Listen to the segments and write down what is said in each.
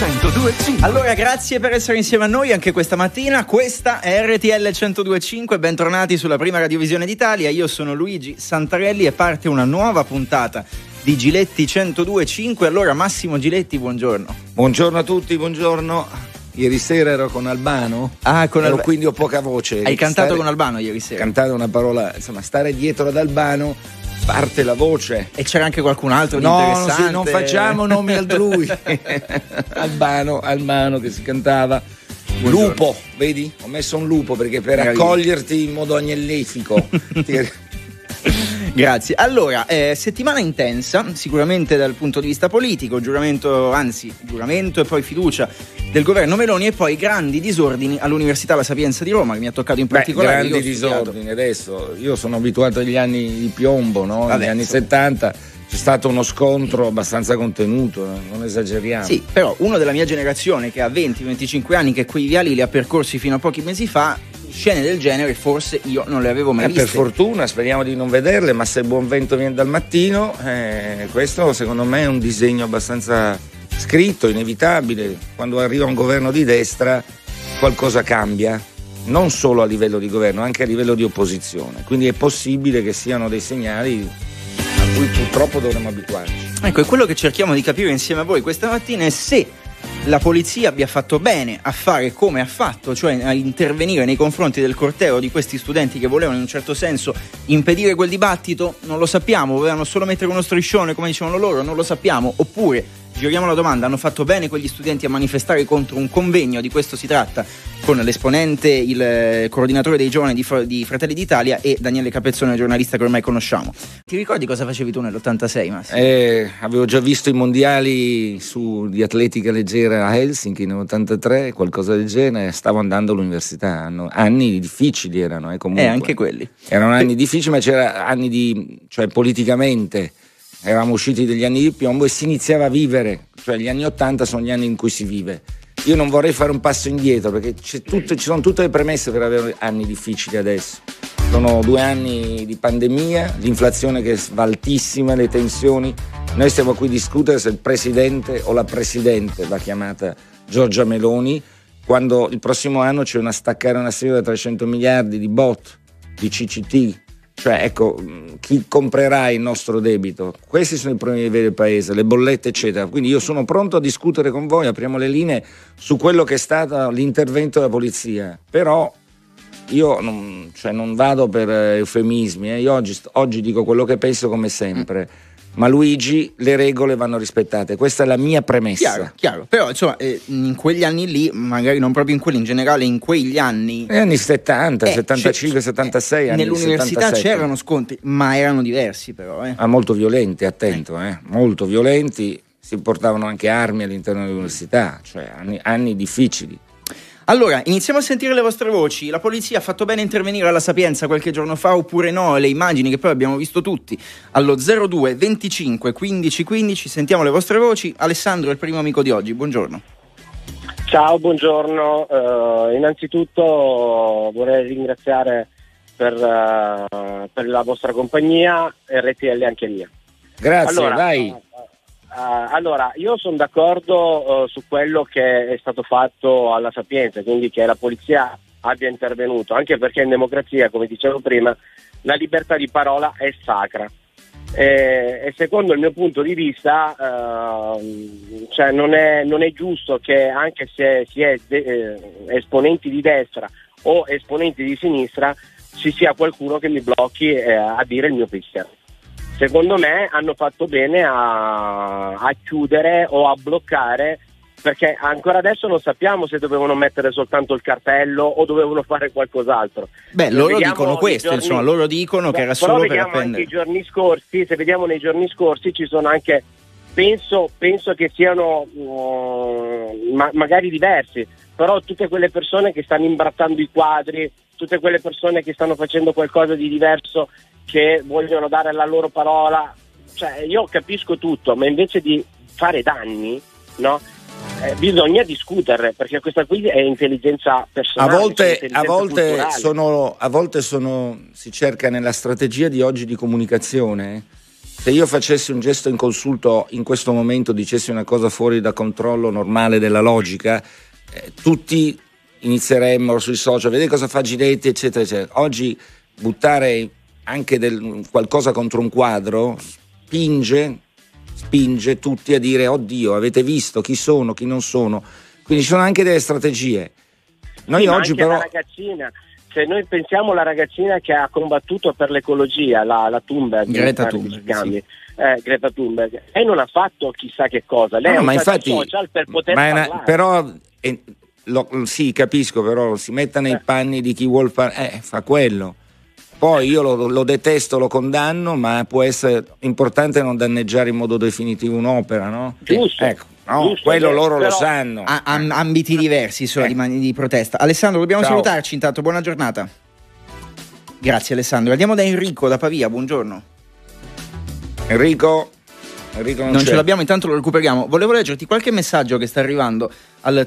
102.5. Allora, grazie per essere insieme a noi anche questa mattina. Questa è RTL 102.5, bentornati sulla prima radiovisione d'Italia. Io sono Luigi Santarelli e parte una nuova puntata di Giletti 102.5. Allora, Massimo Giletti, buongiorno. Buongiorno a tutti, buongiorno. Ieri sera ero con Albano, quindi ho poca voce. Hai cantato con Albano ieri sera? Cantato una parola, insomma, stare dietro ad Albano parte la voce. E c'era anche qualcun altro di no, interessante? No, non facciamo nomi altrui. Albano che si cantava. Buongiorno. Lupo, vedi? Ho messo un lupo perché per accoglierti in modo agnellifico. Grazie. Allora, settimana intensa, sicuramente dal punto di vista politico, giuramento e poi fiducia del governo Meloni, e poi grandi disordini all'Università La Sapienza di Roma, che mi ha toccato in particolare. Grandi disordini, adesso io sono abituato agli anni di piombo, no? Negli anni 70 c'è stato uno scontro abbastanza contenuto, non esageriamo. Sì, però uno della mia generazione che ha 20-25 anni, che quei viali li ha percorsi fino a pochi mesi fa, scene del genere forse io non le avevo mai viste. Per fortuna, speriamo di non vederle, ma se il buon vento viene dal mattino, questo secondo me è un disegno abbastanza scritto, inevitabile. Quando arriva un governo di destra qualcosa cambia, non solo a livello di governo, anche a livello di opposizione. Quindi è possibile che siano dei segnali a cui purtroppo dovremmo abituarci. Ecco, è quello che cerchiamo di capire insieme a voi questa mattina, è se la polizia abbia fatto bene a fare come ha fatto, cioè a intervenire nei confronti del corteo di questi studenti che volevano in un certo senso impedire quel dibattito. Non lo sappiamo, volevano solo mettere uno striscione come dicevano loro, non lo sappiamo. Oppure, giriamo la domanda, hanno fatto bene quegli studenti a manifestare contro un convegno, di questo si tratta, con l'esponente, il coordinatore dei giovani di Fratelli d'Italia, e Daniele Capezzone, giornalista che ormai conosciamo. Ti ricordi cosa facevi tu nell'86, Massimo? Avevo già visto i mondiali di atletica leggera a Helsinki nell'83, qualcosa del genere. Stavo andando all'università, anni difficili erano, comunque. Anche quelli. Erano anni difficili, ma c'era cioè politicamente eravamo usciti dagli anni di piombo e si iniziava a vivere, cioè gli anni 80 sono gli anni in cui si vive. Io non vorrei fare un passo indietro perché ci sono tutte le premesse per avere anni difficili adesso. Sono 2 anni di pandemia, l'inflazione che va altissima, le tensioni. Noi stiamo qui a discutere se il presidente o la presidente va chiamata Giorgia Meloni, quando il prossimo anno c'è staccare una serie da 300 miliardi di bot, di CCT. Cioè, chi comprerà il nostro debito? Questi sono i problemi del paese, le bollette eccetera. Quindi io sono pronto a discutere con voi, apriamo le linee su quello che è stato l'intervento della polizia. Però io non vado per eufemismi, Io oggi dico quello che penso come sempre. Ma Luigi, le regole vanno rispettate, questa è la mia premessa. Chiaro. Però insomma, in quegli anni lì, magari non proprio in quelli, in generale in quegli anni, anni 70, 75, 76 anni nell'università 77. C'erano scontri, ma erano diversi però. Molto violenti, attento, molto violenti, si portavano anche armi all'interno dell'università, cioè anni difficili. Allora, iniziamo a sentire le vostre voci. La polizia ha fatto bene a intervenire alla Sapienza qualche giorno fa oppure no? Le immagini che poi abbiamo visto tutti allo 02 25 15 15. Sentiamo le vostre voci. Alessandro è il primo amico di oggi, buongiorno. Ciao, buongiorno. Innanzitutto vorrei ringraziare per la vostra compagnia, RTL anche mia. Grazie, vai. Allora, io sono d'accordo su quello che è stato fatto alla Sapienza, quindi che la polizia abbia intervenuto, anche perché in democrazia, come dicevo prima, la libertà di parola è sacra. E secondo il mio punto di vista, cioè non è giusto che, anche se si è esponenti di destra o esponenti di sinistra, ci sia qualcuno che mi blocchi a dire il mio pensiero. Secondo me hanno fatto bene a chiudere o a bloccare, perché ancora adesso non sappiamo se dovevano mettere soltanto il cartello o dovevano fare qualcos'altro. Loro dicono questo, loro dicono che era solo per appendere. Anche i giorni scorsi, se vediamo nei giorni scorsi ci sono anche, penso che siano magari diversi, però tutte quelle persone che stanno imbrattando i quadri, tutte quelle persone che stanno facendo qualcosa di diverso, che vogliono dare la loro parola, cioè io capisco tutto, ma invece di fare danni, no? Bisogna discutere, perché questa qui è intelligenza personale. A volte si cerca nella strategia di oggi di comunicazione se io facessi un gesto inconsulto in questo momento, dicessi una cosa fuori da controllo normale della logica, tutti inizieremmo sui social, vedete cosa fa Giletti, eccetera, eccetera. Oggi buttare anche qualcosa contro un quadro spinge tutti a dire oddio, avete visto chi sono, chi non sono. Quindi ci sono anche delle strategie. Noi oggi anche però la ragazzina, se noi pensiamo alla ragazzina che ha combattuto per l'ecologia, la Thunberg, Greta Thunberg, sì. Greta Thunberg, lei non ha fatto chissà che cosa, lei ha usato i social per poter parlare. Però sì, capisco, però si metta nei panni di chi vuol fare, fa quello. Poi io lo detesto, lo condanno, ma può essere importante non danneggiare in modo definitivo un'opera, no? Giusto. Ecco, no, giusto, quello loro però lo sanno. Ambiti diversi sono di protesta. Alessandro, dobbiamo Ciao. salutarci intanto, buona giornata. Grazie Alessandro. Andiamo da Enrico da Pavia, buongiorno. Enrico non ce l'abbiamo, intanto lo recuperiamo. Volevo leggerti qualche messaggio che sta arrivando al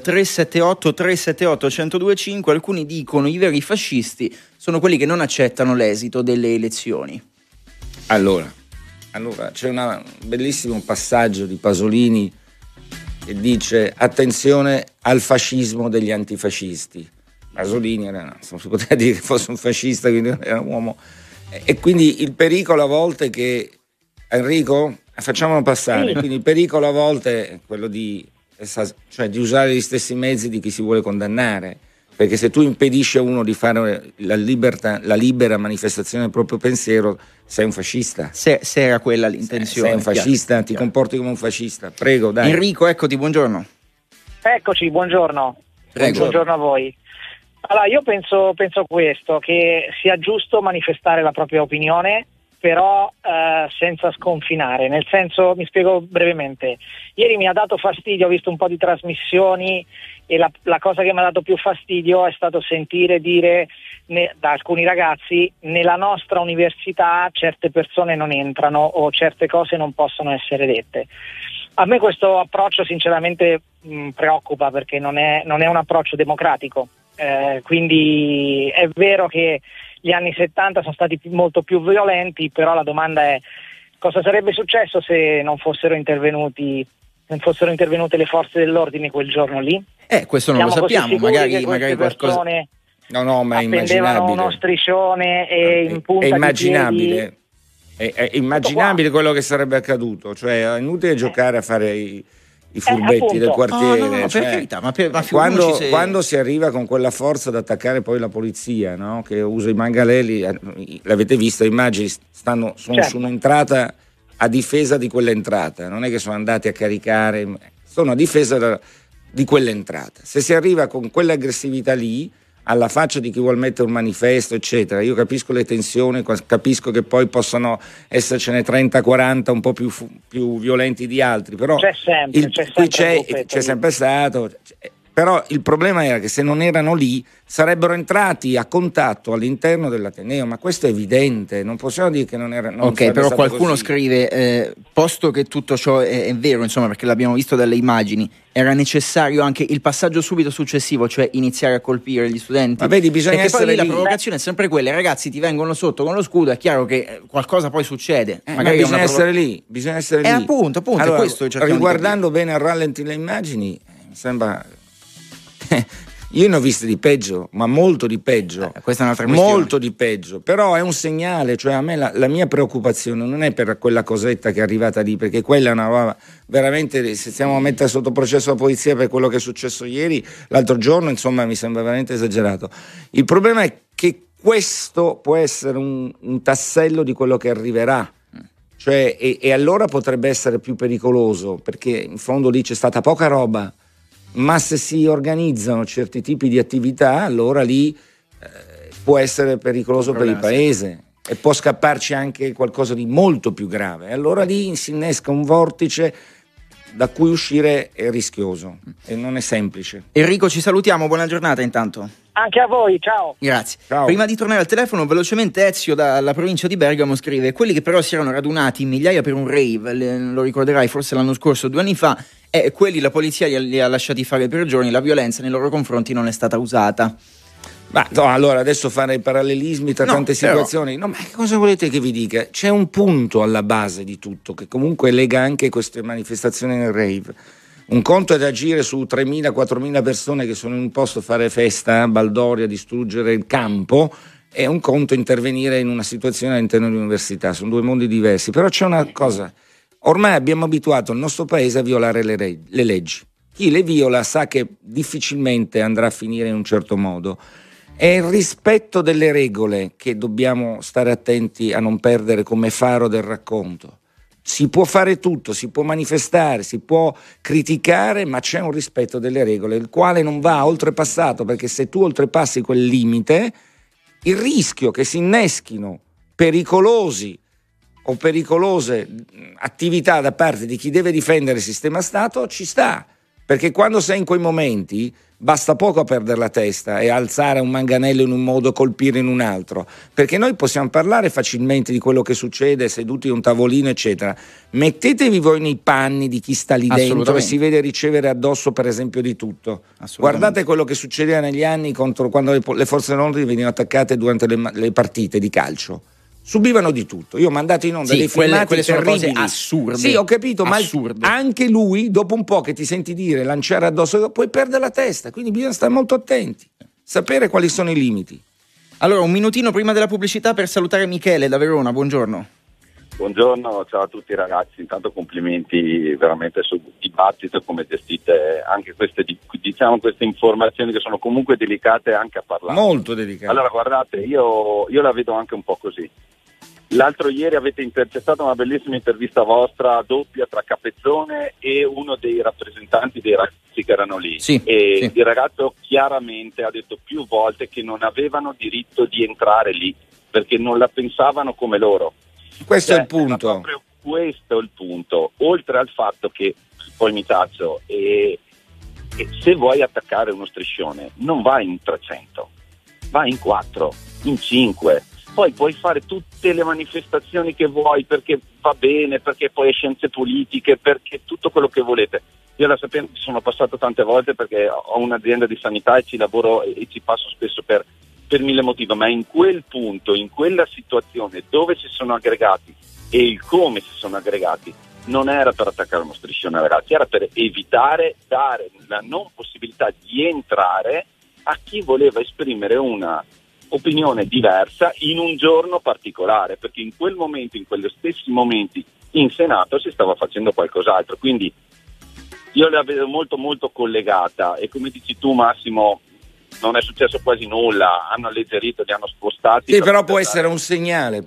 378-378-1025. Alcuni dicono i veri fascisti sono quelli che non accettano l'esito delle elezioni. Allora c'è un bellissimo passaggio di Pasolini che dice attenzione al fascismo degli antifascisti. Pasolini non si poteva dire che fosse un fascista, quindi era un uomo, e quindi il pericolo a volte è che Enrico, facciamolo passare, quindi il pericolo a volte è quello di usare gli stessi mezzi di chi si vuole condannare, perché se tu impedisci a uno di fare la libera manifestazione del proprio pensiero, sei un fascista. Se era quella l'intenzione. Sei un fascista, ti comporti come un fascista. Prego, dai. Enrico, eccoti, buongiorno. Eccoci, buongiorno. Prego. Buongiorno a voi. Allora, io penso questo, che sia giusto manifestare la propria opinione, però senza sconfinare, nel senso, mi spiego brevemente. Ieri mi ha dato fastidio, ho visto un po' di trasmissioni e la cosa che mi ha dato più fastidio è stato sentire dire da alcuni ragazzi: nella nostra università certe persone non entrano o certe cose non possono essere dette. A me questo approccio sinceramente preoccupa, perché non è un approccio democratico, quindi è vero che gli anni 70 sono stati molto più violenti, però la domanda è: cosa sarebbe successo se non fossero intervenute le forze dell'ordine quel giorno lì? Questo non lo sappiamo, magari qualcosa. No, ma è appendevano uno striscione e in punta è immaginabile. di piedi. È immaginabile quello che sarebbe accaduto, cioè è inutile giocare a fare i furbetti del quartiere. No, per carità, ma quando si arriva con quella forza ad attaccare poi la polizia, no? Che usa i manganelli, l'avete visto, le immagini sono su un'entrata a difesa di quell'entrata, non è che sono andati a caricare, sono a difesa di quell'entrata. Se si arriva con quell'aggressività lì, alla faccia di chi vuol mettere un manifesto, eccetera, io capisco le tensioni, capisco che poi possono essercene 30-40 un po' più violenti di altri, però c'è sempre stato. Però il problema era che se non erano lì sarebbero entrati a contatto all'interno dell'Ateneo, ma questo è evidente, non possiamo dire che non era. Ok, però qualcuno scrive, posto che tutto ciò è vero, insomma, perché l'abbiamo visto dalle immagini, era necessario anche il passaggio subito successivo, cioè iniziare a colpire gli studenti. Ma vedi, bisogna perché essere poi lì. La provocazione è sempre quella: i ragazzi ti vengono sotto con lo scudo, è chiaro che qualcosa poi succede. Magari bisogna essere lì. Appunto, allora, questo riguardando bene a rallenti le immagini, mi sembra. Io ne ho viste di peggio, ma molto di peggio. Questa è un'altra questione. Molto di peggio, però è un segnale, cioè a me la mia preoccupazione non è per quella cosetta che è arrivata lì, perché quella è una roba veramente, se stiamo a mettere sotto processo la polizia per quello che è successo ieri, l'altro giorno, insomma, mi sembra veramente esagerato. Il problema è che questo può essere un tassello di quello che arriverà. Cioè, e allora potrebbe essere più pericoloso, perché in fondo lì c'è stata poca roba. Ma se si organizzano certi tipi di attività, allora lì può essere pericoloso per il paese e può scapparci anche qualcosa di molto più grave. Allora lì si innesca un vortice da cui uscire è rischioso e non è semplice. Enrico, ci salutiamo, buona giornata intanto. Anche a voi, ciao. Grazie. Ciao. Prima di tornare al telefono, velocemente Ezio dalla provincia di Bergamo scrive: quelli che però si erano radunati in migliaia per un rave, lo ricorderai forse l'anno scorso, 2 anni fa, quelli la polizia li ha lasciati fare per giorni, la violenza nei loro confronti non è stata usata. Ma no, allora adesso fare i parallelismi tra tante situazioni, no, ma che cosa volete che vi dica? C'è un punto alla base di tutto che comunque lega anche queste manifestazioni nel rave. Un conto è agire su 3.000-4.000 persone che sono in un posto a fare festa, baldoria, distruggere il campo, e un conto intervenire in una situazione all'interno dell'università. Sono due mondi diversi. Però c'è una cosa: ormai abbiamo abituato il nostro paese a violare le leggi. Chi le viola sa che difficilmente andrà a finire in un certo modo. È il rispetto delle regole che dobbiamo stare attenti a non perdere come faro del racconto. Si può fare tutto, si può manifestare, si può criticare, ma c'è un rispetto delle regole, il quale non va oltrepassato, perché se tu oltrepassi quel limite, il rischio che si inneschino pericolosi o pericolose attività da parte di chi deve difendere il sistema Stato ci sta, perché quando sei in quei momenti basta poco a perdere la testa e alzare un manganello in un modo, colpire in un altro, perché noi possiamo parlare facilmente di quello che succede seduti a un tavolino eccetera. Mettetevi voi nei panni di chi sta lì dentro e si vede ricevere addosso per esempio di tutto. Guardate quello che succedeva negli anni quando le forze dell'ordine venivano attaccate durante le partite di calcio. Subivano di tutto. Io ho mandato in onda dei filmati quelle sono terribili. Cose assurde. Sì, ho capito, assurde. Ma anche lui, dopo un po' che ti senti dire, lanciare addosso, poi perde la testa. Quindi bisogna stare molto attenti, sapere quali sono i limiti. Allora, un minutino prima della pubblicità per salutare Michele da Verona. Buongiorno. Buongiorno, ciao a tutti ragazzi. Intanto complimenti veramente sul dibattito, come gestite anche queste informazioni che sono comunque delicate anche a parlare. Molto delicate. Allora guardate, io la vedo anche un po' così. L'altro ieri c'è stata una bellissima intervista vostra doppia tra Capezzone e uno dei rappresentanti dei ragazzi che erano lì. Sì. Il ragazzo chiaramente ha detto più volte che non avevano diritto di entrare lì perché non la pensavano come loro. Questo è il punto. Proprio questo è il punto. Oltre al fatto che poi mi taccio e se vuoi attaccare uno striscione non vai in 300, vai in 4, in 5. Poi puoi fare tutte le manifestazioni che vuoi perché va bene, perché poi è scienze politiche, perché tutto quello che volete. Io la Sapienza ci sono passato tante volte perché ho un'azienda di sanità e ci lavoro e ci passo spesso per 1000 motivi, ma in quel punto, in quella situazione dove si sono aggregati e il come si sono aggregati, non era per attaccare uno striscione ragazzi, era per evitare, dare la non possibilità di entrare a chi voleva esprimere una opinione diversa in un giorno particolare, perché in quel momento, in quegli stessi momenti in Senato si stava facendo qualcos'altro, quindi io la vedo molto molto collegata e come dici tu Massimo non è successo quasi nulla, hanno alleggerito, li hanno spostati. Sì, però può essere un segnale,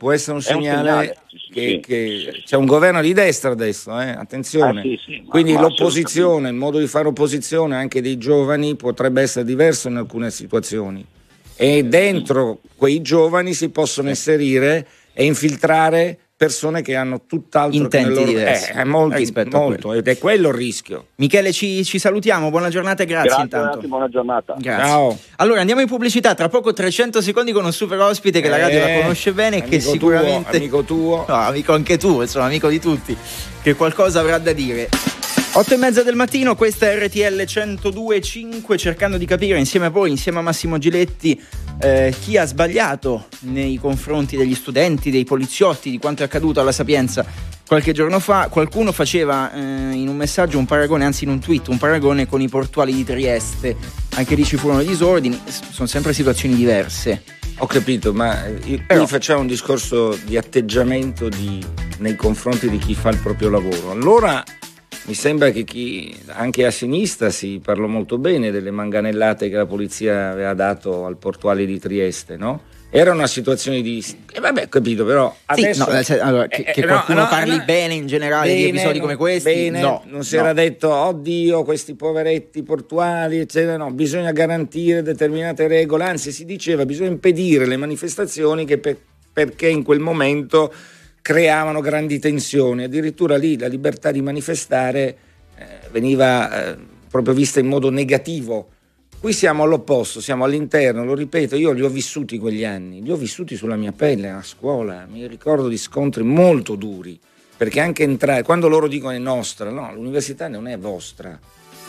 che c'è un governo di destra adesso, attenzione. Quindi l'opposizione, il modo di fare opposizione anche dei giovani potrebbe essere diverso in alcune situazioni. E dentro quei giovani si possono inserire e infiltrare persone che hanno tutt'altro intenti diversi molto, ed è quello il rischio. Michele, ci salutiamo, buona giornata e grazie intanto. Ragazzi, buona giornata. Grazie. Ciao. Allora andiamo in pubblicità, tra poco 300 secondi con un super ospite che la radio la conosce bene e che sicuramente amico tuo, no, amico anche tu, insomma amico di tutti, che qualcosa avrà da dire. 8:30 del mattino, questa è RTL 102.5, cercando di capire insieme a voi, insieme a Massimo Giletti, chi ha sbagliato nei confronti degli studenti, dei poliziotti, di quanto è accaduto alla Sapienza qualche giorno fa. Qualcuno faceva in un messaggio un paragone, anzi in un tweet, un paragone con i portuali di Trieste. Anche lì ci furono disordini, sono sempre situazioni diverse. Ho capito, ma qui facciamo un discorso di atteggiamento nei confronti di chi fa il proprio lavoro. Allora mi sembra che anche a sinistra si parlò molto bene delle manganellate che la polizia aveva dato al portuale di Trieste, no? Era una situazione di... vabbè, ho capito, però adesso... Sì, allora, che qualcuno parli bene in generale di episodi come questi, non si era detto, oddio, questi poveretti portuali, eccetera, no, bisogna garantire determinate regole, anzi si diceva bisogna impedire le manifestazioni perché in quel momento creavano grandi tensioni, addirittura lì la libertà di manifestare veniva proprio vista in modo negativo. Qui siamo all'opposto, siamo all'interno, lo ripeto, io li ho vissuti quegli anni, li ho vissuti sulla mia pelle a scuola, mi ricordo di scontri molto duri, perché anche entrare, quando loro dicono è nostra, no, l'università non è vostra,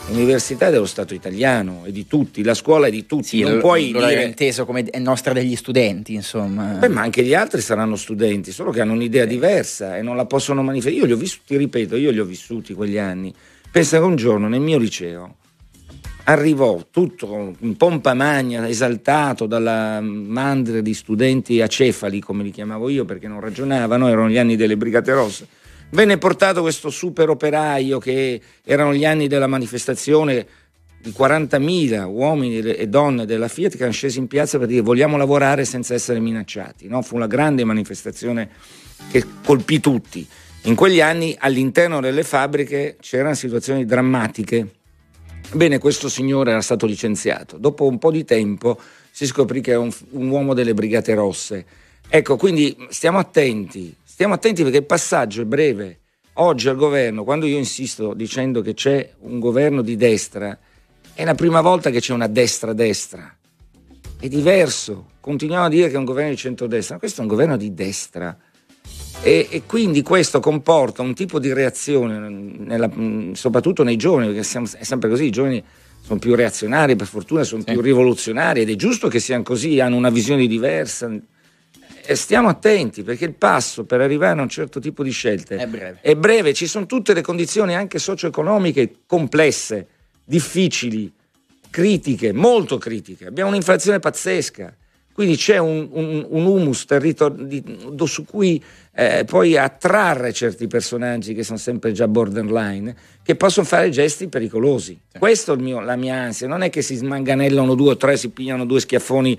L'università è dello Stato italiano, è di tutti, la scuola è di tutti. Sì, non puoi dire inteso come è nostra degli studenti, insomma. Beh, ma anche gli altri saranno studenti, solo che hanno un'idea diversa e non la possono manifestare. Io li ho vissuti, ripeto, io li ho vissuti quegli anni. Pensa che un giorno nel mio liceo arrivò tutto in pompa magna, esaltato dalla mandria di studenti acefali, come li chiamavo io, perché non ragionavano, erano gli anni delle Brigate Rosse. Venne portato questo super operaio, che erano gli anni della manifestazione di 40.000 uomini e donne della Fiat che erano scesi in piazza per dire vogliamo lavorare senza essere minacciati, no? Fu una grande manifestazione che colpì tutti. In quegli anni all'interno delle fabbriche c'erano situazioni drammatiche. Bene, questo signore era stato licenziato. Dopo un po' di tempo si scoprì che era un uomo delle Brigate Rosse. Ecco, quindi stiamo attenti perché il passaggio è breve. Oggi al governo, quando io insisto dicendo che c'è un governo di destra, è la prima volta che c'è una destra-destra. È diverso. Continuiamo a dire che è un governo di centrodestra, ma questo è un governo di destra. E quindi questo comporta un tipo di reazione, soprattutto nei giovani, perché è sempre così, i giovani sono più reazionari, per fortuna sono più rivoluzionari, ed è giusto che siano così, hanno una visione diversa. E stiamo attenti, perché il passo per arrivare a un certo tipo di scelte è breve. Ci sono tutte le condizioni anche socio-economiche complesse, difficili, critiche, molto critiche. Abbiamo un'inflazione pazzesca, quindi c'è un humus su cui poi attrarre certi personaggi che sono sempre già borderline, che possono fare gesti pericolosi. Sì. Questo è la mia ansia. Non è che si smanganellano 2 o 3, si pigliano 2 schiaffoni,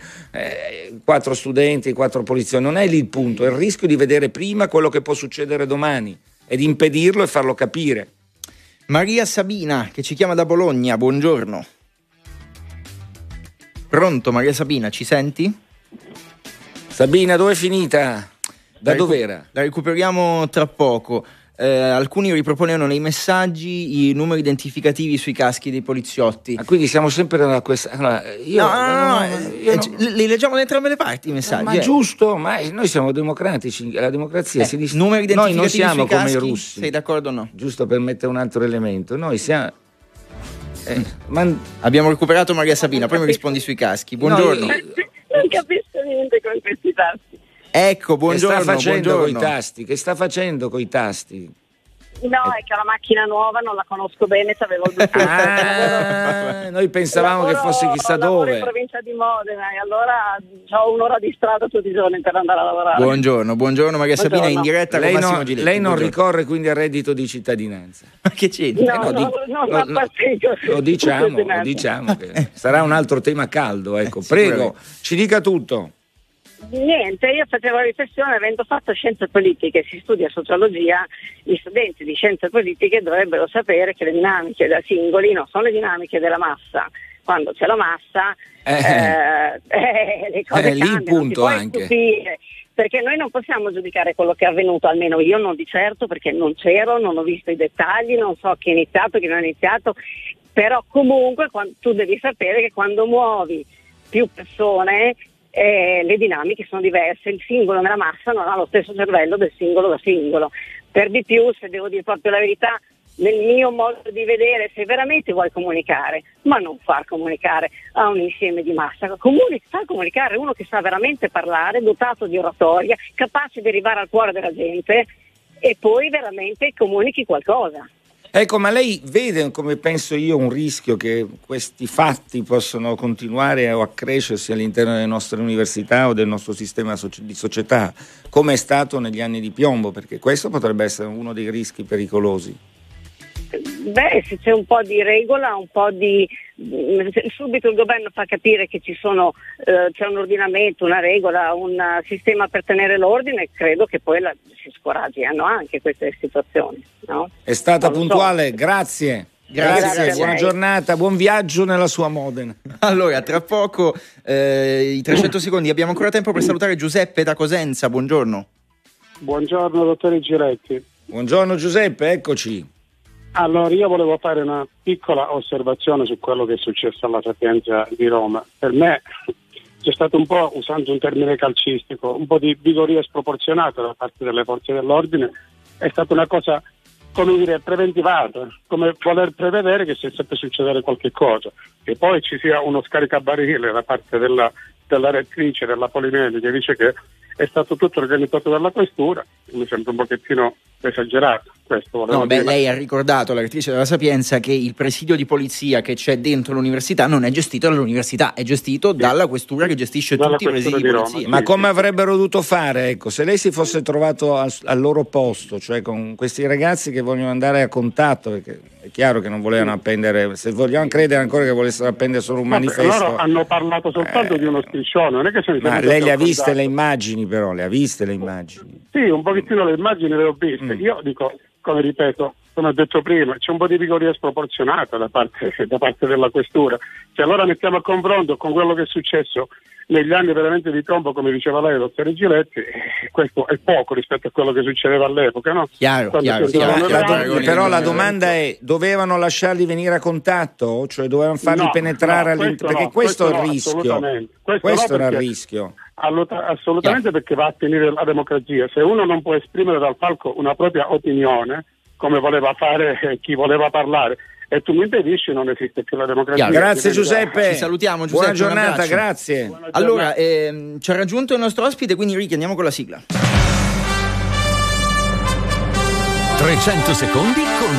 4 studenti, 4 polizioni. Non è lì il punto, è il rischio di vedere prima quello che può succedere domani e di impedirlo e farlo capire. Maria Sabina, che ci chiama da Bologna, buongiorno. Pronto Maria Sabina, ci senti? Sabina, dove è finita? Da dov'era? La recuperiamo tra poco. Alcuni riproponevano nei messaggi i numeri identificativi sui caschi dei poliziotti. Quindi siamo sempre nella questa. Allora, li leggiamo da entrambe le parti i messaggi. Ma giusto, ma noi siamo democratici, la democrazia si dice. Numeri identificativi noi non siamo sui come caschi, i russi. Sei d'accordo o no? Giusto per mettere un altro elemento. Noi siamo. Abbiamo recuperato Maria Sabina, poi mi rispondi sui caschi. Buongiorno. Non capisco niente con questi tasti. Ecco, buongiorno. Che sta facendo coi tasti? No, è che la macchina nuova non la conosco bene, c'avevo il Bluetooth. Noi pensavamo che fosse chissà dove. In provincia di Modena e allora ho un'ora di strada tutti i giorni per andare a lavorare. Buongiorno Maria Sabina, in diretta con Massimo Giletti. Lei non ricorre quindi al reddito di cittadinanza? Ma che c'entra? Lo diciamo che sarà un altro tema caldo, ecco. Prego, ci dica tutto. Niente, io facevo la riflessione, avendo fatto scienze politiche, si studia sociologia, gli studenti di scienze politiche dovrebbero sapere che le dinamiche da singoli non sono le dinamiche della massa. Quando c'è la massa le cose lì cambiano, il punto anche. Stupire, perché noi non possiamo giudicare quello che è avvenuto, almeno io non di certo, perché non c'ero, non ho visto i dettagli, non so chi è iniziato, chi non è iniziato, però comunque tu devi sapere che quando muovi più persone le dinamiche sono diverse, il singolo nella massa non ha lo stesso cervello del singolo da singolo. Per di più, se devo dire proprio la verità, nel mio modo di vedere, se veramente vuoi comunicare, ma non far comunicare a un insieme di massa, far comunicare uno che sa veramente parlare, dotato di oratoria, capace di arrivare al cuore della gente e poi veramente comunichi qualcosa. Ecco, ma lei vede, come penso io, un rischio che questi fatti possano continuare o accrescersi all'interno delle nostre università o del nostro sistema di società, come è stato negli anni di piombo? Perché questo potrebbe essere uno dei rischi pericolosi. Beh, se c'è un po' di regola, un po' di subito il governo fa capire che c'è un ordinamento, una regola, un sistema per tenere l'ordine, credo che poi si scoraggiano anche queste situazioni, no? È stata puntuale, grazie, buona giornata, buon viaggio nella sua Modena. Allora, tra poco i 300 secondi, abbiamo ancora tempo per salutare Giuseppe da Cosenza, buongiorno. Buongiorno dottore Giletti. Buongiorno Giuseppe, eccoci. Allora, io volevo fare una piccola osservazione su quello che è successo alla Sapienza di Roma. Per me c'è stato un po', usando un termine calcistico, un po' di vigoria sproporzionata da parte delle forze dell'ordine. È stata una cosa come dire, preventivata, come voler prevedere che se sempre succedere qualche cosa, che poi ci sia uno scaricabarile da parte della rettrice della Polimeli che dice che è stato tutto organizzato dalla questura, mi sembra un pochettino esagerato. Questo no, dire. Lei ha ricordato, la rettrice della Sapienza, che il presidio di polizia che c'è dentro l'università non è gestito dall'università, è gestito dalla questura che gestisce tutti i presidi di polizia. Ma come avrebbero dovuto fare? Ecco, se lei si fosse trovato al loro posto, cioè con questi ragazzi che vogliono andare a contatto, perché è chiaro che non volevano appendere, se vogliamo credere ancora che volessero appendere solo un manifesto. Loro hanno parlato soltanto di uno striscione, non è che se ma lei le ha viste le immagini, però? Le ha viste le immagini? Sì, un pochettino le immagini le ho viste. Io dico, come ripeto, come ho detto prima, c'è un po' di vigoria sproporzionata da parte della questura. Se allora mettiamo a confronto con quello che è successo negli anni veramente di trombo, come diceva lei, dottore Giletti, questo è poco rispetto a quello che succedeva all'epoca, no? Chiaro. Però la domanda è: dovevano lasciarli venire a contatto? Cioè dovevano farli penetrare all'interno? Perché questo è il rischio. Questo era il rischio. Assolutamente, perché va a finire la democrazia. Se uno non può esprimere dal palco una propria opinione, come voleva fare chi voleva parlare, e tu mi impedisci, non esiste più la democrazia. Grazie Giuseppe. Ci salutiamo, Giuseppe. Buona giornata, grazie. Allora, ci ha raggiunto il nostro ospite, quindi Ricky, andiamo con la sigla. 300 secondi con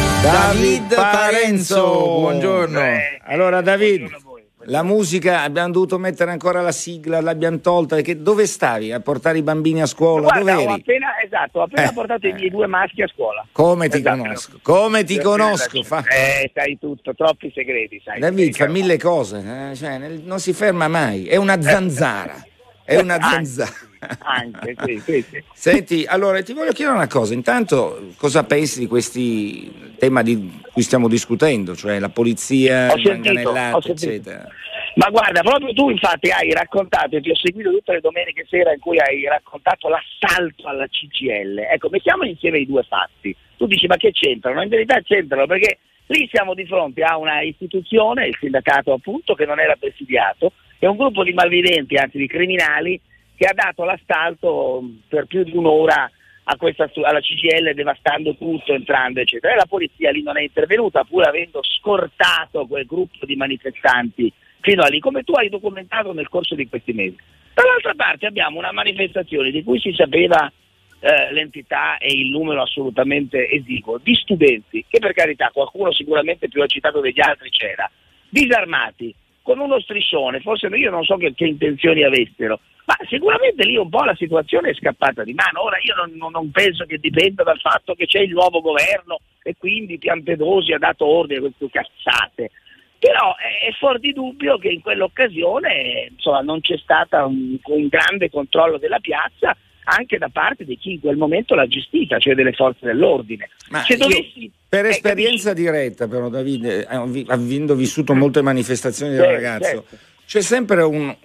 David Parenzo. Buongiorno. Allora David, la musica abbiamo dovuto mettere ancora la sigla, l'abbiamo tolta, perché dove stavi? A portare i bambini a scuola? Guarda, dove eri? ho appena portato i miei 2 maschi a scuola. Come ti conosco? Come ti conosco? Sai tutto, troppi segreti, sai. David fa 1000 cose, cioè, non si ferma mai, è una zanzara. È una zanzara. Anche, sì. Senti, allora ti voglio chiedere una cosa. Intanto, cosa pensi di questi tema di cui stiamo discutendo, cioè la polizia, il manganellate, eccetera? Ma guarda, proprio tu infatti hai raccontato, e ti ho seguito tutte le domeniche sera in cui hai raccontato l'assalto alla CGIL. Ecco, mettiamo insieme i due fatti. Tu dici, ma che c'entrano? In verità c'entrano, perché lì siamo di fronte a una istituzione, il sindacato appunto, che non era presidiato, e un gruppo di malviventi, anzi di criminali, che ha dato l'assalto per più di un'ora alla CGIL, devastando tutto, entrando eccetera, e la polizia lì non è intervenuta, pur avendo scortato quel gruppo di manifestanti fino a lì, come tu hai documentato nel corso di questi mesi. Dall'altra parte abbiamo una manifestazione di cui si sapeva l'entità e il numero assolutamente esiguo, di studenti, che per carità qualcuno sicuramente più agitato degli altri c'era, disarmati, con uno striscione, forse io non so che intenzioni avessero, ma sicuramente lì un po' la situazione è scappata di mano. Ora io non penso che dipenda dal fatto che c'è il nuovo governo e quindi Piantedosi ha dato ordine a queste cazzate, però è fuori di dubbio che in quell'occasione insomma non c'è stato un grande controllo della piazza anche da parte di chi in quel momento l'ha gestita, cioè delle forze dell'ordine. Ma per esperienza diretta, però, Davide, avendo vissuto molte manifestazioni del ragazzo, c'è sempre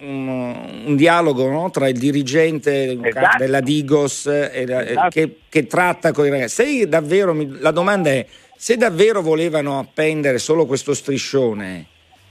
un dialogo, no, tra il dirigente della Digos che tratta con i ragazzi. Se davvero, la domanda è: se davvero volevano appendere solo questo striscione,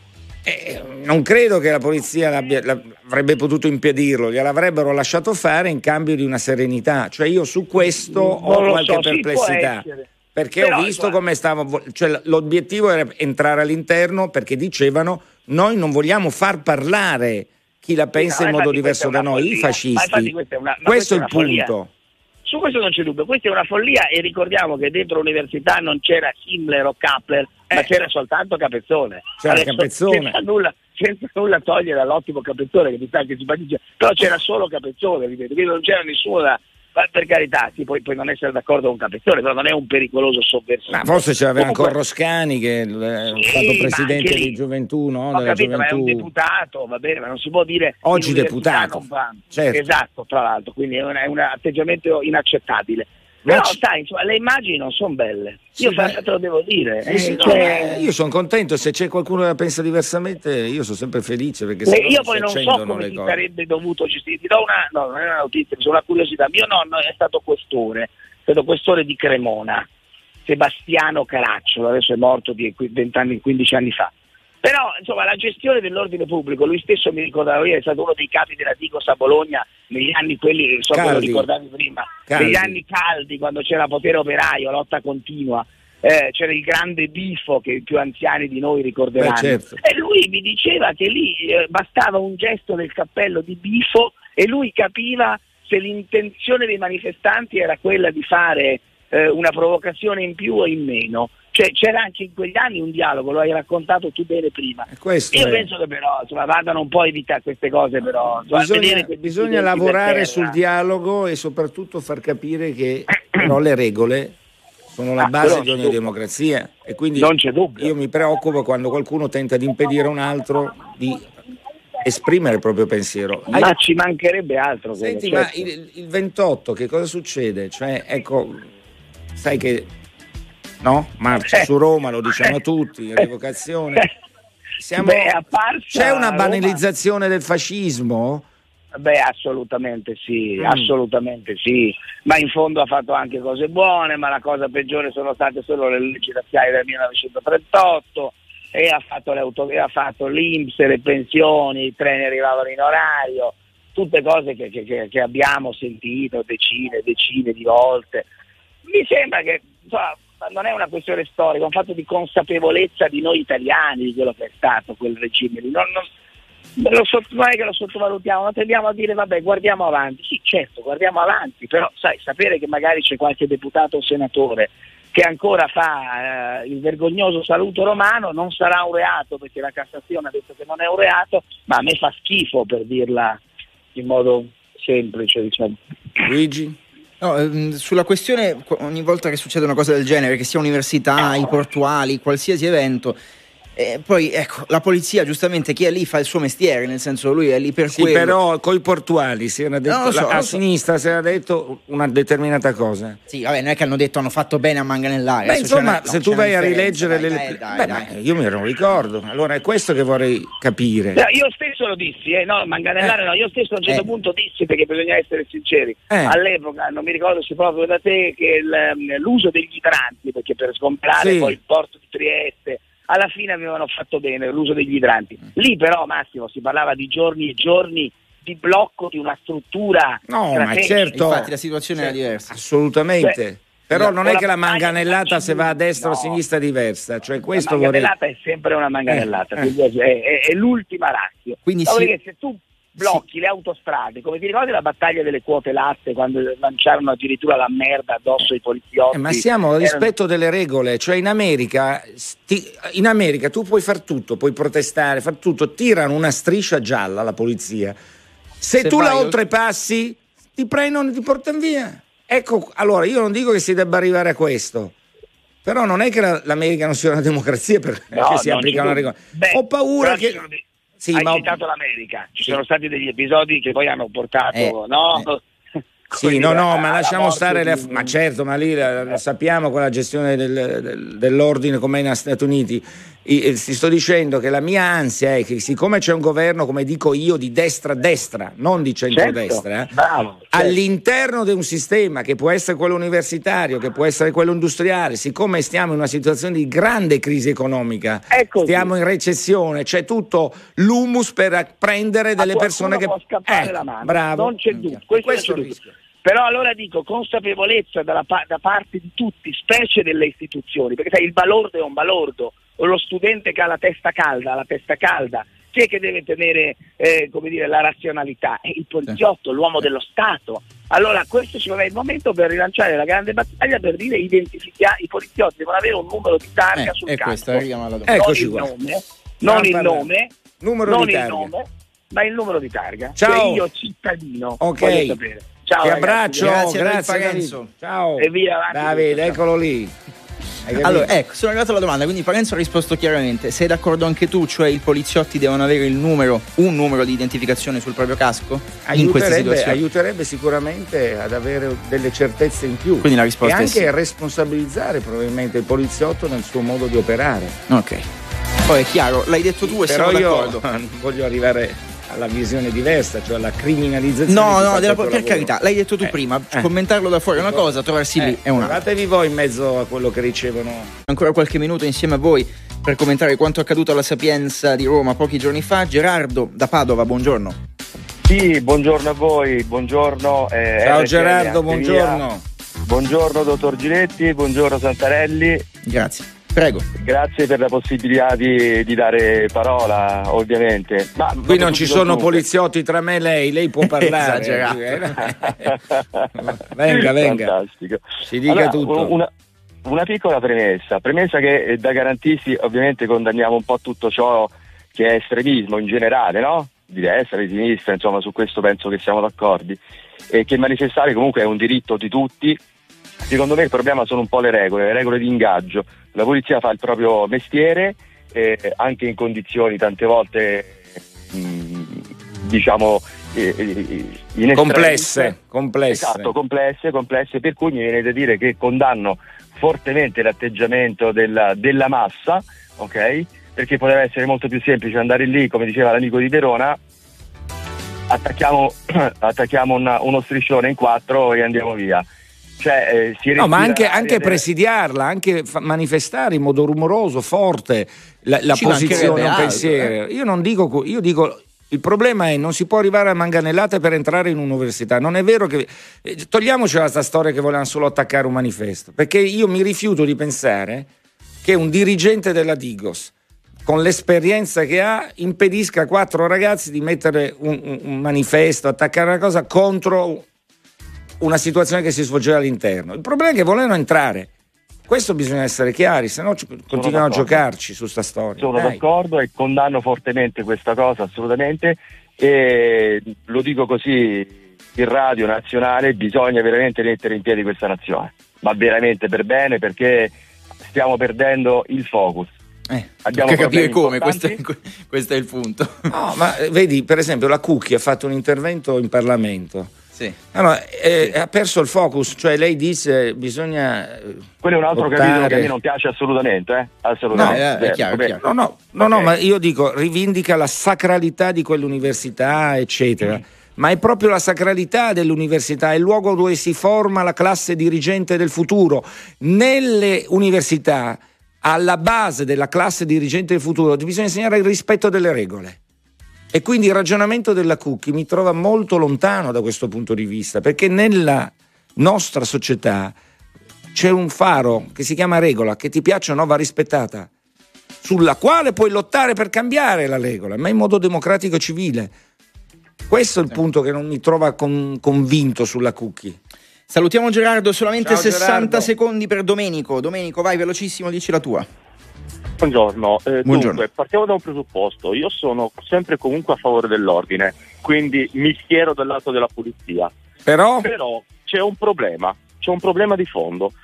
non credo che la polizia avrebbe potuto impedirlo, gliel'avrebbero lasciato fare in cambio di una serenità. Cioè io su questo ho qualche perplessità, perché ho visto come cioè l'obiettivo era entrare all'interno, perché dicevano: noi non vogliamo far parlare chi la pensa in modo diverso da noi, i fascisti. Questo è il punto. Su questo non c'è dubbio, questa è una follia, e ricordiamo che dentro l'università non c'era Himmler o Kappler, ma c'era soltanto Capezzone. C'era Capezzone. Senza nulla togliere all'ottimo Capezzone, che mi sa che simpaticcia, però c'era solo Capezzone, ripeto, quindi non c'era nessuno per carità, sì, puoi non essere d'accordo con Capezzone, però non è un pericoloso sovversivo. Ma forse c'era ancora Roscani, che è stato presidente di Gioventù, no? Ho capito, ma è un deputato, va bene, ma non si può dire oggi deputato. Certo. Esatto, tra l'altro, quindi è un atteggiamento inaccettabile. Però sai, insomma, le immagini non sono belle. Io te lo devo dire. Io sono contento, se c'è qualcuno che la pensa diversamente, io sono sempre felice, perché io poi non so come si sarebbe dovuto gestire. Ti do non è una notizia, è una curiosità. Mio nonno è stato questore di Cremona, Sebastiano Caracciolo, adesso è morto 15 anni fa. Però insomma la gestione dell'ordine pubblico, lui stesso mi ricordava, lui è stato uno dei capi della Digos a Bologna negli anni quelli, so che lo ricordavi prima, negli anni caldi, quando c'era potere operaio, lotta continua, c'era il grande Bifo che i più anziani di noi ricorderanno. Certo. E lui mi diceva che lì bastava un gesto del cappello di Bifo e lui capiva se l'intenzione dei manifestanti era quella di fare una provocazione in più o in meno. Cioè c'era anche in quegli anni un dialogo, lo hai raccontato tu bene prima. Io penso che però insomma, vadano un po' a evitare queste cose, però bisogna lavorare sul dialogo e soprattutto far capire che però le regole sono la base di ogni democrazia, e quindi non c'è dubbio. Io mi preoccupo quando qualcuno tenta di impedire a un altro di esprimere il proprio pensiero. Ma ci mancherebbe altro. Senti, certo. Ma il 28 che cosa succede? Cioè, ecco, sai che no? Marcia su Roma, lo diciamo tutti, revocazione. C'è una banalizzazione del fascismo? Beh, assolutamente sì, ma in fondo ha fatto anche cose buone, ma la cosa peggiore sono state solo le leggi razziali del 1938, e ha fatto l'INPS, le pensioni, i treni arrivavano in orario, tutte cose che abbiamo sentito decine di volte. Mi sembra che insomma, non è una questione storica, è un fatto di consapevolezza di noi italiani di quello che è stato quel regime lì. Non è che lo sottovalutiamo, ma tendiamo a dire vabbè, guardiamo avanti. Sì, certo, guardiamo avanti, però sai, sapere che magari c'è qualche deputato o senatore che ancora fa il vergognoso saluto romano non sarà un reato, perché la Cassazione ha detto che non è un reato, ma a me fa schifo, per dirla in modo semplice, diciamo. Luigi? No, sulla questione, ogni volta che succede una cosa del genere, che sia università, i portuali, qualsiasi evento, poi ecco, la polizia giustamente, chi è lì fa il suo mestiere, nel senso lui è lì per quello. Però coi portuali si era detto, sinistra si era detto una determinata cosa. Sì, vabbè, non è che hanno detto hanno fatto bene a manganellare. Beh, insomma, se tu vai a rileggere io me lo ricordo. Allora è questo che vorrei capire. Io stesso lo dissi, manganellare no, io stesso a un certo punto dissi, perché bisogna essere sinceri. All'epoca, non mi ricordo se proprio da te, che l'uso degli idranti, perché per sgombrare poi il porto di Trieste alla fine avevano fatto bene l'uso degli idranti. Lì però, Massimo, si parlava di giorni e giorni di blocco di una struttura strategica. Ma certo, infatti la situazione era diversa. Assolutamente. Però non è che la manganellata se va a destra o a sinistra è diversa, cioè questo la manganellata è sempre una manganellata, quindi è l'ultima ratio. Quindi se tu blocchi le autostrade, come ti ricordi la battaglia delle quote latte, quando lanciarono addirittura la merda addosso ai poliziotti? Ma siamo al rispetto delle regole, cioè in America tu puoi far tutto, puoi protestare, far tutto, tirano una striscia gialla la polizia, se tu la oltrepassi ti prendono e ti portano via. Ecco, allora io non dico che si debba arrivare a questo, però non è che l'America non sia una democrazia perché si applica una regola. Ho paura che... Hai citato l'America, ci sono stati degli episodi che poi hanno portato, ma lasciamo stare ma certo, ma lì sappiamo con la gestione dell'ordine com'è negli Stati Uniti. Ti sto dicendo che la mia ansia è che, siccome c'è un governo, come dico io, di destra, non di centrodestra, all'interno di un sistema che può essere quello universitario, che può essere quello industriale, siccome stiamo in una situazione di grande crisi economica, stiamo in recessione, c'è tutto l'humus per prendere delle persone che può scappare la mano. Bravo. Non c'è dubbio, questo è il rischio. Però allora dico consapevolezza da parte di tutti, specie delle istituzioni, perché sai, il balordo è un balordo, o lo studente che ha la testa calda, chi è che deve tenere la razionalità? È il poliziotto, l'uomo dello Stato. Allora questo ci vorrà il momento per rilanciare la grande battaglia, per dire identificare i poliziotti, devono avere un numero di targa sul casco, non il nome, ma il numero di targa. Ciao. Cioè io cittadino voglio sapere. Ciao, ti abbraccio, grazie Parenzo. Ciao. E via, Davide, eccolo lì. Allora, sono arrivato alla domanda, quindi Parenzo ha risposto chiaramente. Sei d'accordo anche tu, cioè i poliziotti devono avere un numero di identificazione sul proprio casco? In queste situazioni aiuterebbe sicuramente ad avere delle certezze in più. Quindi la risposta e anche è sì. Responsabilizzare probabilmente il poliziotto nel suo modo di operare. Ok. Poi è chiaro, l'hai detto tu e siamo d'accordo. Però io voglio arrivare alla visione diversa, cioè alla criminalizzazione. Per carità, l'hai detto tu prima, commentarlo da fuori è una cosa, trovarsi lì è un'altra. Guardatevi voi in mezzo a quello che ricevono. Ancora qualche minuto insieme a voi per commentare quanto accaduto alla Sapienza di Roma pochi giorni fa. Gerardo da Padova, buongiorno. Sì, buongiorno a voi, buongiorno. Ciao Gerardo, buongiorno. Buongiorno dottor Giletti, buongiorno Santarelli. Grazie, prego. Grazie per la possibilità di dare parola, ovviamente. Ma qui non ci sono poliziotti tra me e lei può parlare. venga. Fantastico. Si dica tutto. Una piccola premessa che da garantisti ovviamente condanniamo un po' tutto ciò che è estremismo in generale, no? Di destra, di sinistra, insomma, su questo penso che siamo d'accordo, e che manifestare comunque è un diritto di tutti. Secondo me il problema sono un po' le regole di ingaggio. La polizia fa il proprio mestiere, anche in condizioni tante volte diciamo in complesse. Esatto, complesse, per cui mi viene da dire che condanno fortemente l'atteggiamento della massa, ok? Perché poteva essere molto più semplice andare lì, come diceva l'amico di Verona, attacchiamo uno striscione in 4 e andiamo via. Cioè, no, ma anche presidiarla, anche manifestare in modo rumoroso, forte la posizione, un pensiero. Io dico il problema è non si può arrivare a manganellate per entrare in un'università. Non è vero che togliamoci questa storia che volevano solo attaccare un manifesto, perché io mi rifiuto di pensare che un dirigente della Digos, con l'esperienza che ha, impedisca a 4 ragazzi di mettere un manifesto, attaccare una cosa contro una situazione che si svolgeva all'interno. Il problema è che volevano entrare. Questo bisogna essere chiari, se no continuiamo a giocarci su sta storia. Sono d'accordo e condanno fortemente questa cosa, assolutamente, e lo dico così in radio nazionale, bisogna veramente mettere in piedi questa nazione, ma veramente per bene, perché stiamo perdendo il focus. Abbiamo capire come, questo è il punto. No, ma vedi, per esempio la Cucchi ha fatto un intervento in Parlamento. Sì. Allora, ha perso il focus, cioè lei dice bisogna quello è un altro capitolo che a me non piace assolutamente, assolutamente. No, è chiaro. No, ma io dico rivindica la sacralità di quell'università, eccetera. Ma è proprio la sacralità dell'università, è il luogo dove si forma la classe dirigente del futuro. Nelle università, alla base della classe dirigente del futuro, bisogna insegnare il rispetto delle regole. E quindi il ragionamento della Cucchi mi trova molto lontano da questo punto di vista, perché nella nostra società c'è un faro che si chiama regola, che ti piaccia o no va rispettata, sulla quale puoi lottare per cambiare la regola, ma in modo democratico e civile. Questo è il punto che non mi trova convinto sulla Cucchi. Salutiamo Gerardo, solamente Ciao, 60 Gerardo. secondi per Domenico. Domenico, vai velocissimo, dici la tua. Buongiorno. Buongiorno. Dunque, partiamo da un presupposto. Io sono sempre comunque a favore dell'ordine, quindi mi schiero dal lato della polizia. Però c'è un problema di fondo.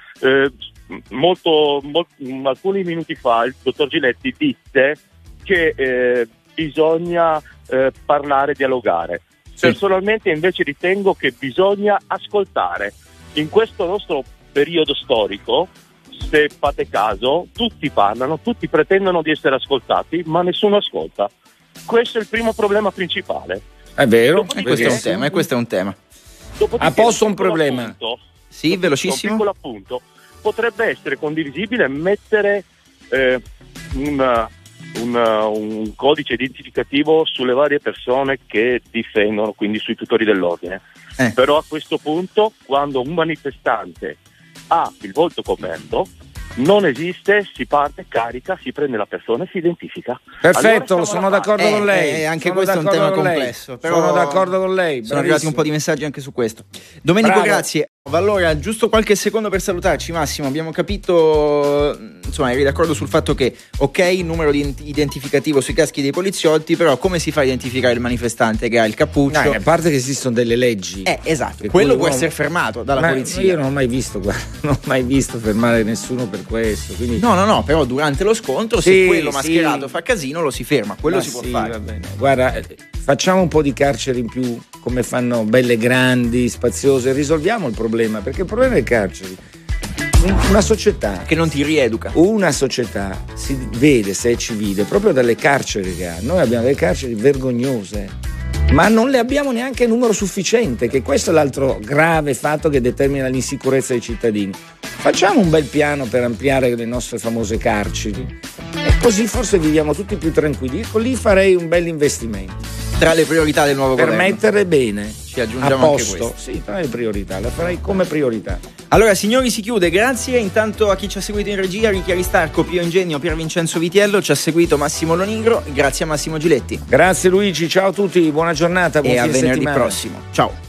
Alcuni minuti fa il dottor Giletti disse che bisogna parlare, dialogare. Sì. Personalmente invece ritengo che bisogna ascoltare. In questo nostro periodo storico, se fate caso, tutti parlano, tutti pretendono di essere ascoltati, ma nessuno ascolta. Questo è il primo problema principale. è vero, Questo è un tema. Ha posto un problema. Appunto, sì, velocissimo. Un piccolo appunto. Potrebbe essere condivisibile mettere un codice identificativo sulle varie persone che difendono, quindi sui tutori dell'ordine. Però a questo punto, quando un manifestante ha il volto coperto, non esiste, si parte, carica, si prende la persona e si identifica. Perfetto, Allora sono d'accordo con lei. Anche questo è un tema complesso. Però sono d'accordo con lei. Sono arrivati un po' di messaggi anche su questo. Domenico, Bravo. grazie. Allora, giusto qualche secondo per salutarci, Massimo. Abbiamo capito, insomma, eri d'accordo sul fatto che, ok, il numero di identificativo sui caschi dei poliziotti, però come si fa a identificare il manifestante che ha il cappuccio? A parte che esistono delle leggi. Esatto, quello può essere fermato dalla polizia. Io non ho mai visto fermare nessuno per questo. Quindi... No, però durante lo scontro, se quello mascherato fa casino, lo si ferma, quello si può fare. Va bene. Guarda, facciamo un po' di carceri in più, come fanno belle grandi, spaziose, risolviamo il problema, perché il problema è il carceri. Una società che non ti rieduca. Una società si vede, se è civile, proprio dalle carceri che ha. Noi abbiamo delle carceri vergognose, ma non le abbiamo neanche in numero sufficiente, che questo è l'altro grave fatto che determina l'insicurezza dei cittadini. Facciamo un bel piano per ampliare le nostre famose carceri e così forse viviamo tutti più tranquilli. Ecco, lì farei un bel investimento. Tra le priorità del nuovo per governo. Per mettere bene, ci aggiungiamo a posto. Anche questo. Sì, tra le priorità, la farei come priorità. Allora signori, si chiude, grazie intanto a chi ci ha seguito in regia, Ricchi Aristarco, Pio Ingegno, Pier Vincenzo Vitiello, ci ha seguito Massimo Lonigro, grazie a Massimo Giletti. Grazie Luigi, ciao a tutti, buona giornata, buon e fine a venerdì settimana. prossimo, ciao.